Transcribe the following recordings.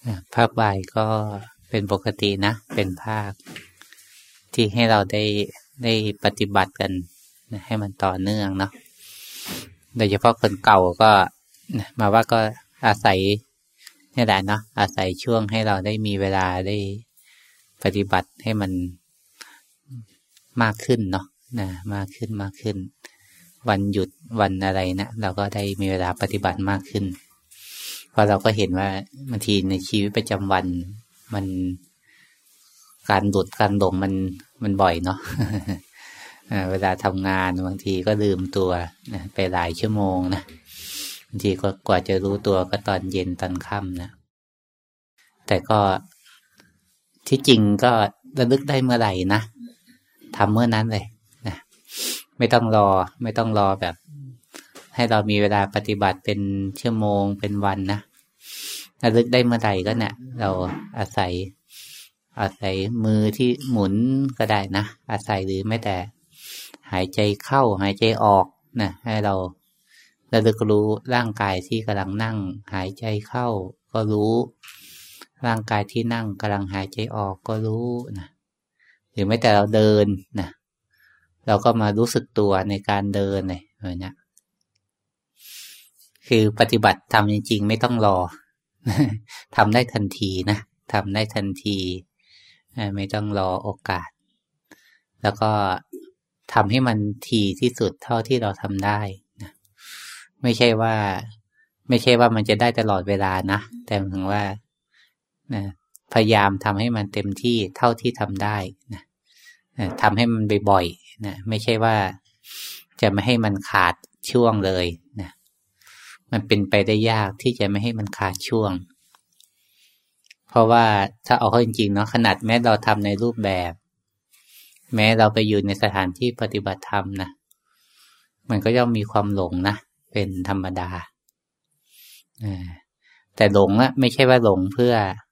ภาคบ่ายก็เป็นปกตินะเป็นภาคที่ให้เราได้ปฏิบัติกันให้มันต่อเนื่องเนาะโดยเฉพาะคนเก่าก็มาว่าก็อาศัยนี่แหละเนาะอาศัยช่วงให้เราได้มีเวลาได้ปฏิบัติให้มันมากขึ้นเนาะมากขึ้นวันหยุดวันอะไรนะเราก็ได้มีเวลาปฏิบัติมากขึ้นเพราะเราก็เห็นว่าบางทีในชีวิตประจำวันมันการหลุดการหลงมันบ่อยเนาะ เวลาทำงานบางทีก็ลืมตัวไปหลายชั่วโมงนะบางทีก็กว่าจะรู้ตัวก็ตอนเย็นตอนค่ำนะแต่ก็ที่จริงก็ระลึกได้เมื่อไหร่นะทำเมื่อนั้นเลยนะไม่ต้องรอแบบให้เรามีเวลาปฏิบัติเป็นชั่วโมงเป็นวันนะระลึกได้เมื่อไหร่ก็เนี่ยเราอาศัยมือที่หมุนก็ได้นะอาศัยหรือแม้แต่หายใจเข้าหายใจออกนะให้เราระลึกรู้ร่างกายที่กำลังนั่งหายใจเข้าก็รู้ร่างกายที่นั่งกำลังหายใจออกก็รู้นะหรือแม้แต่เราเดินนะเราก็มารู้สึกตัวในการเดินเลยนะคือปฏิบัติทำจริงๆไม่ต้องรอ ทำได้ทันทีนะทำได้ทันทีไม่ต้องรอโอกาสแล้วก็ทำให้มันถี่ที่สุดเท่าที่เราทำได้นะไม่ใช่ว่ามันจะได้ตลอดเวลานะแต่หมายถึงว่านะพยายามทำให้มันเต็มที่เท่าที่ทำได้นะทำให้มันบ่อยๆนะไม่ใช่ว่าจะไม่ให้มันขาดช่วงเลยนะมันเป็นไปได้ยากที่จะไม่ให้มันขาดช่วงเพราะว่าถ้าเอาเข้าจริงๆเนาะขนาดแม้เราทำในรูปแบบแม้เราไปอยู่ในสถานที่ปฏิบัติธรรมนะมันก็ย่อมมีความหลงนะเป็นธรรมดาแต่หลงอะไม่ใช่ว่าหลงเพื่อ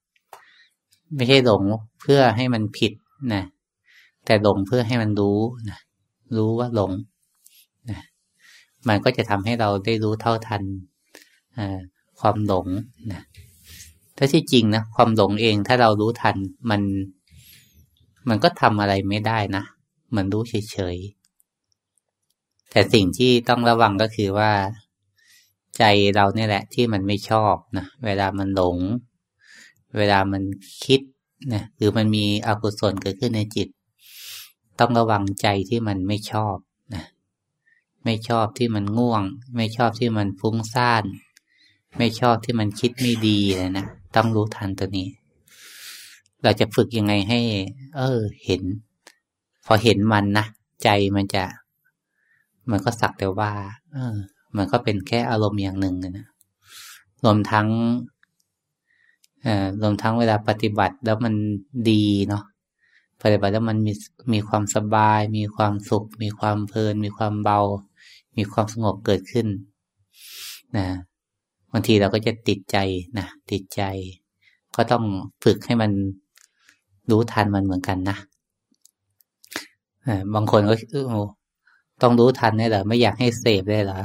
ให้มันผิดนะแต่หลงเพื่อให้มันรู้นะรู้ว่าหลงนะมันก็จะทำให้เราได้รู้เท่าทันความหลงนะถ้าที่จริงนะความหลงเองถ้าเรารู้ทันมันก็ทำอะไรไม่ได้นะมันรู้เฉยๆแต่สิ่งที่ต้องระวังก็คือว่าใจเราเนี่ยแหละที่มันไม่ชอบนะเวลามันหลงเวลามันคิดนะหรือมันมีอกุศลเกิดขึ้นในจิตต้องระวังใจที่มันไม่ชอบนะไม่ชอบที่มันง่วงไม่ชอบที่มันฟุ้งซ่านไม่ชอบที่มันคิดไม่ดีเลยนะต้องรู้ทันตัวนี้เราจะฝึกยังไงให้เห็นพอเห็นมันนะใจมันก็สักแต่ว่ามันก็เป็นแค่อารมณ์อย่างหนึ่งนะรวมทั้งเวลาปฏิบัติแล้วมันดีเนาะปฏิบัติแล้วมันมีความสบายมีความสุขมีความเพลินมีความเบามีความสงบเกิดขึ้นนะบางทีเราก็จะติดใจก็ต้องฝึกให้มันรู้ทันมันเหมือนกันนะบางคนก็ต้องรู้ทันได้เหรอไม่อยากให้เสพได้เหรอ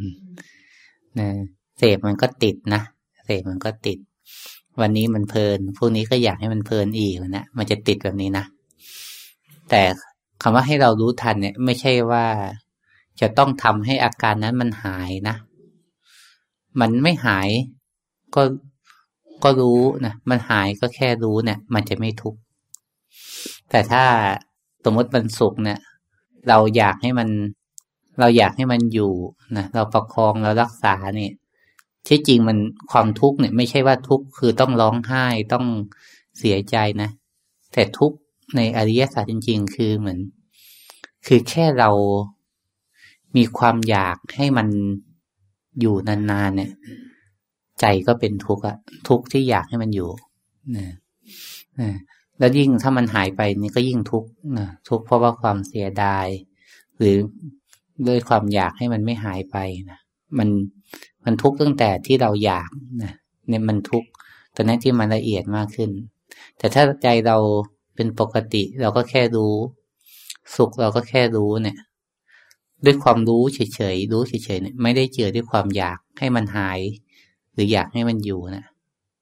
เสพมันก็ติดนะเสพมันก็ติดวันนี้มันเพลินพรุ่งนี้ก็อยากให้มันเพลินอีกนะมันจะติดแบบนี้นะแต่คำว่าให้เรารู้ทันเนี่ยไม่ใช่ว่าจะต้องทำให้อาการนั้นมันหายนะมันไม่หายก็รู้นะมันหายก็แค่รู้เนี่ยมันจะไม่ทุกข์แต่ถ้าสมมติมันสุขเนี่ยเราอยากให้มันอยู่นะเราประคองเรารักษาเนี่ยที่จริงมันความทุกข์เนี่ยไม่ใช่ว่าทุกข์คือต้องร้องไห้ต้องเสียใจนะแต่ทุกข์ในอริยสัจจริงๆคือเหมือนคือแค่เรามีความอยากให้มันอยู่นานๆเนี่ยใจก็เป็นทุกข์อะทุกข์ที่อยากให้มันอยู่นะแล้วยิ่งถ้ามันหายไปนี่ก็ยิ่งทุกข์นะทุกข์เพราะว่าความเสียดายหรือด้วยความอยากให้มันไม่หายไปนะมันทุกข์ตั้งแต่ที่เราอยากนะเนี่ยมันทุกข์ตอนนั้นที่มันละเอียดมากขึ้นแต่ถ้าใจเราเป็นปกติเราก็แค่รู้สุขเราก็แค่รู้เนี่ยด้วยความรู้เฉยๆเนี่ยไม่ได้เจือด้วยความอยากให้มันหายหรืออยากให้มันอยู่นะ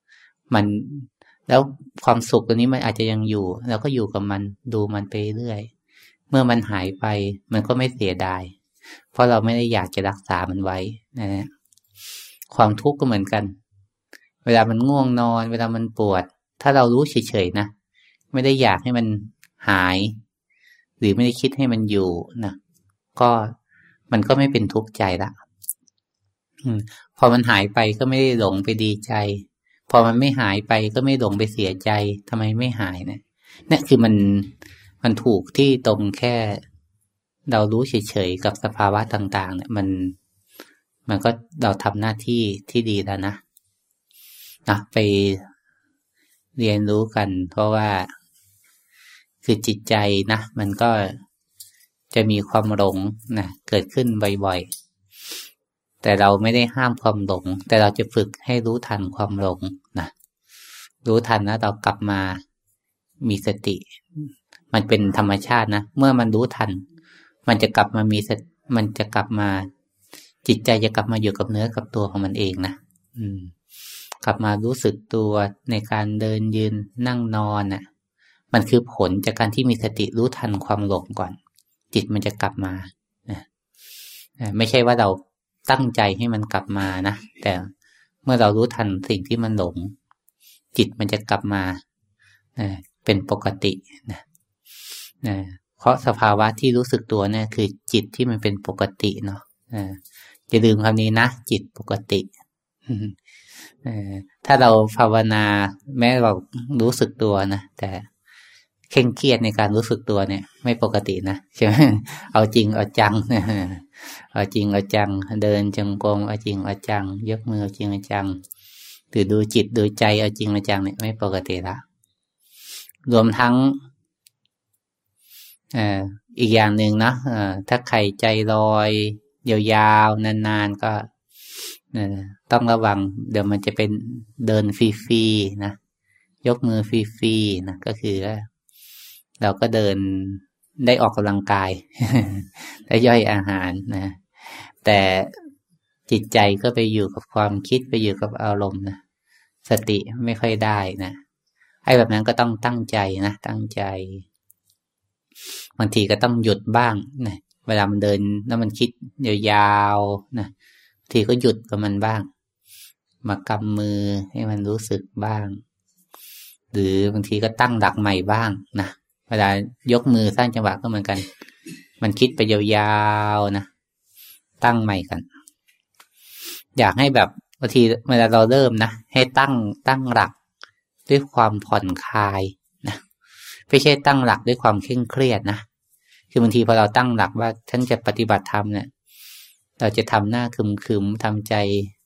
มันแล้วความสุขตัวนี้มันอาจจะยังอยู่เราก็อยู่กับมันดูมันไปเรื่อยเมื่อมันหายไปมันก็ไม่เสียดายเพราะเราไม่ได้อยากจะรักษามันไว้นะความทุกข์ก็เหมือนกันเวลามันง่วงนอนเวลามันปวดถ้าเรารู้เฉยๆนะไม่ได้อยากให้มันหายหรือไม่ได้คิดให้มันอยู่นะก็มันก็ไม่เป็นทุกข์ใจละพอมันหายไปก็ไม่ได้หลงไปดีใจพอมันไม่หายไปก็ไม่หลงไปเสียใจทำไมไม่หายนะนี่คือมันถูกที่ตรงแค่เรารู้เฉยๆกับสภาวะต่างๆเนี่ยมันก็เราทำหน้าที่ที่ดีแล้วนะไปเรียนรู้กันเพราะว่าคือจิตใจนะมันก็จะมีความหลงนะเกิดขึ้นบ่อยๆแต่เราไม่ได้ห้ามความหลงแต่เราจะฝึกให้รู้ทันความหลงนะรู้ทันนะเรากลับมามีสติมันเป็นธรรมชาตินะเมื่อมันรู้ทันมันจะกลับมามันจะกลับมาจิตใจจะกลับมาอยู่กับเนื้อกับตัวของมันเองนะกลับมารู้สึกตัวในการเดินยืนนั่งนอนน่ะมันคือผลจากการที่มีสติรู้ทันความหลงก่อนจิตมันจะกลับมาไม่ใช่ว่าเราตั้งใจให้มันกลับมานะแต่เมื่อเรารู้ทันสิ่งที่มันหลงจิตมันจะกลับมาเป็นปกตินะเพราะสภาวะที่รู้สึกตัวเนี่ยคือจิตที่มันเป็นปกติเนาะอย่าลืมคำนี้นะจิตปกติถ้าเราภาวนาแม้เรารู้สึกตัวนะแต่เคร่งเครียดในการรู้สึกตัวเนี่ยไม่ปกตินะใช่ไหมเอาจริงเอาจังเอาจริงเอาจังเดินจงกรมเอาจริงเอาจังยกมือเอาจริงเอาจังหรือดูจิตดูใจเอาจริงเอาจังเนี่ยไม่ปกติละรวมทั้งอีกอย่างหนึ่งนะถ้าใครใจลอยยาวๆนานๆก็ต้องระวังเดี๋ยวมันจะเป็นเดินฟรีๆนะยกมือฟรีๆนะก็คือเราก็เดินได้ออกกำลังกาย ได้ย่อยอาหารนะแต่จิตใจก็ไปอยู่กับความคิดไปอยู่กับอารมณ์นะสติไม่ค่อยได้นะไอ้แบบนั้นก็ต้องตั้งใจนะตั้งใจบางทีก็ต้องหยุดบ้างนะเวลามันเดินแล้วมันคิดยาวๆนะทีก็หยุดกับมันบ้างมากำมือให้มันรู้สึกบ้างหรือบางทีก็ตั้งหลักใหม่บ้างนะเวลายกมือสร้างจังหวะก็เหมือนกันมันคิดไปยาวๆนะตั้งใหม่กันอยากให้แบบบางทีเวลาเราเริ่มนะให้ตั้งหลักด้วยความผ่อนคลายนะไม่ใช่ตั้งหลักด้วยความเคร่งเครียดนะคือบางทีพอเราตั้งหลักว่าฉันจะปฏิบัติธรรมเนี่ยเราจะทำหน้าคึมๆทำใจ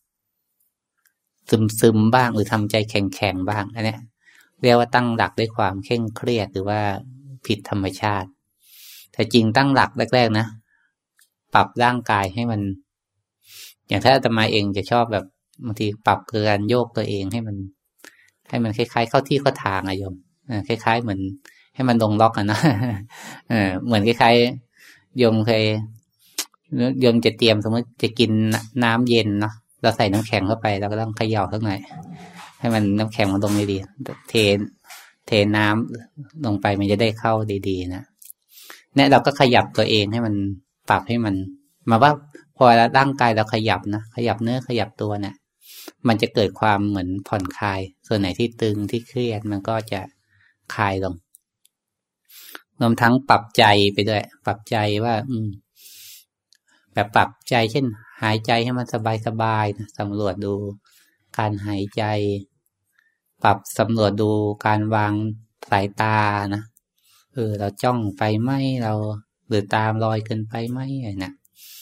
ซึมๆบ้างหรือทำใจแข็งๆบ้างอันนี้เรียกว่าตั้งหลักด้วยความเคร่งเครียดหรือว่าผิดธรรมชาติแต่จริงตั้งหลักแรกๆนะปรับร่างกายให้มันอย่างถ้าอาตมาเองจะชอบแบบบางทีปรับการโยกตัวเองให้มันคล้ายๆเข้าที่เข้าทางอะโยมคล้ายๆเหมือนให้มันลงล็อกอะนะเหมือนคล้ายๆโยมเคยโยมจะเตรียมสมมติจะกินน้ำเย็นเนาะเราใส่น้ำแข็งเข้าไปเราก็ต้องเขย่าสักหน่อยให้มันน้ำแข็งมันลงดีๆเทน้ำลงไปมันจะได้เข้าดีๆนะเนี่ยเราก็ขยับตัวเองให้มันปรับให้มันมาว่าพอร่างกายเราขยับนะขยับเนื้อขยับตัวเนี่ยมันจะเกิดความเหมือนผ่อนคลายส่วนไหนที่ตึงที่เครียดมันก็จะคลายลงรวมทั้งปรับใจไปด้วยปรับใจว่าแบบปรับใจเช่นหายใจให้มันสบายๆนะสำรวจดูการหายใจปรับสำรวจดูการวางสายตานะเราจ้องไปไหมเราหรือตามลอยเกินไปไหมอะไรนะ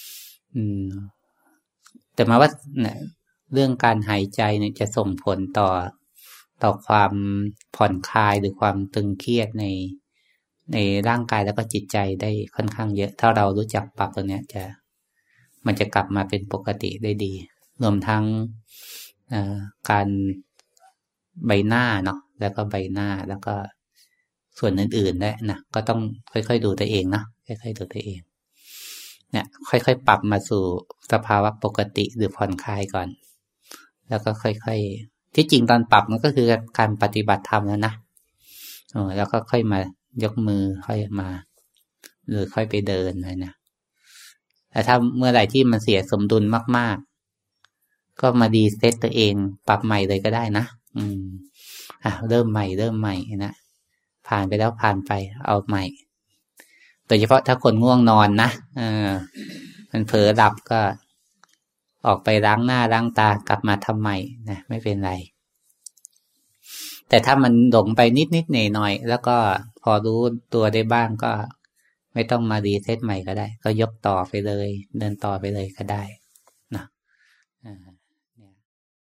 แต่มาว่าเนี่ยเรื่องการหายใจเนี่ยจะส่งผลต่อความผ่อนคลายหรือความตึงเครียดในร่างกายแล้วก็จิตใจได้ค่อนข้างเยอะถ้าเรารู้จักปรับตัวเนี้ยมันจะกลับมาเป็นปกติได้ดีรวมทั้งการใบหน้าเนาะแล้วก็ใบหน้าแล้วก็ส่วนอื่นๆได้นะก็ต้องค่อยๆดูตัวเองเนาะค่อยๆดูตัวเองเนี่ยค่อยๆปรับมาสู่สภาวะปกติหรือผ่อนคลายก่อนแล้วก็ค่อยที่จริงตอนปรับมันก็คือการปฏิบัติธรรมแล้วนะแล้วก็ค่อยมายกมือค่อยมาหรือค่อยไปเดินอะไรนะแต่ถ้าเมื่อไหร่ที่มันเสียสมดุลมากๆก็มาดีเซตตัวเองปรับใหม่เลยก็ได้นะเริ่มใหม่นะผ่านไปแล้วผ่านไปเอาใหม่โดยเฉพาะถ้าคนง่วงนอนนะมันเผลอหลับก็ออกไปล้างหน้าล้างตากลับมาทำใหม่นะไม่เป็นไรแต่ถ้ามันหลงไปนิดๆหน่อยๆแล้วก็พอรู้ตัวได้บ้างก็ไม่ต้องมารีเซ็ตใหม่ก็ได้ก็ยกต่อไปเลยเดินต่อไปเลยก็ได้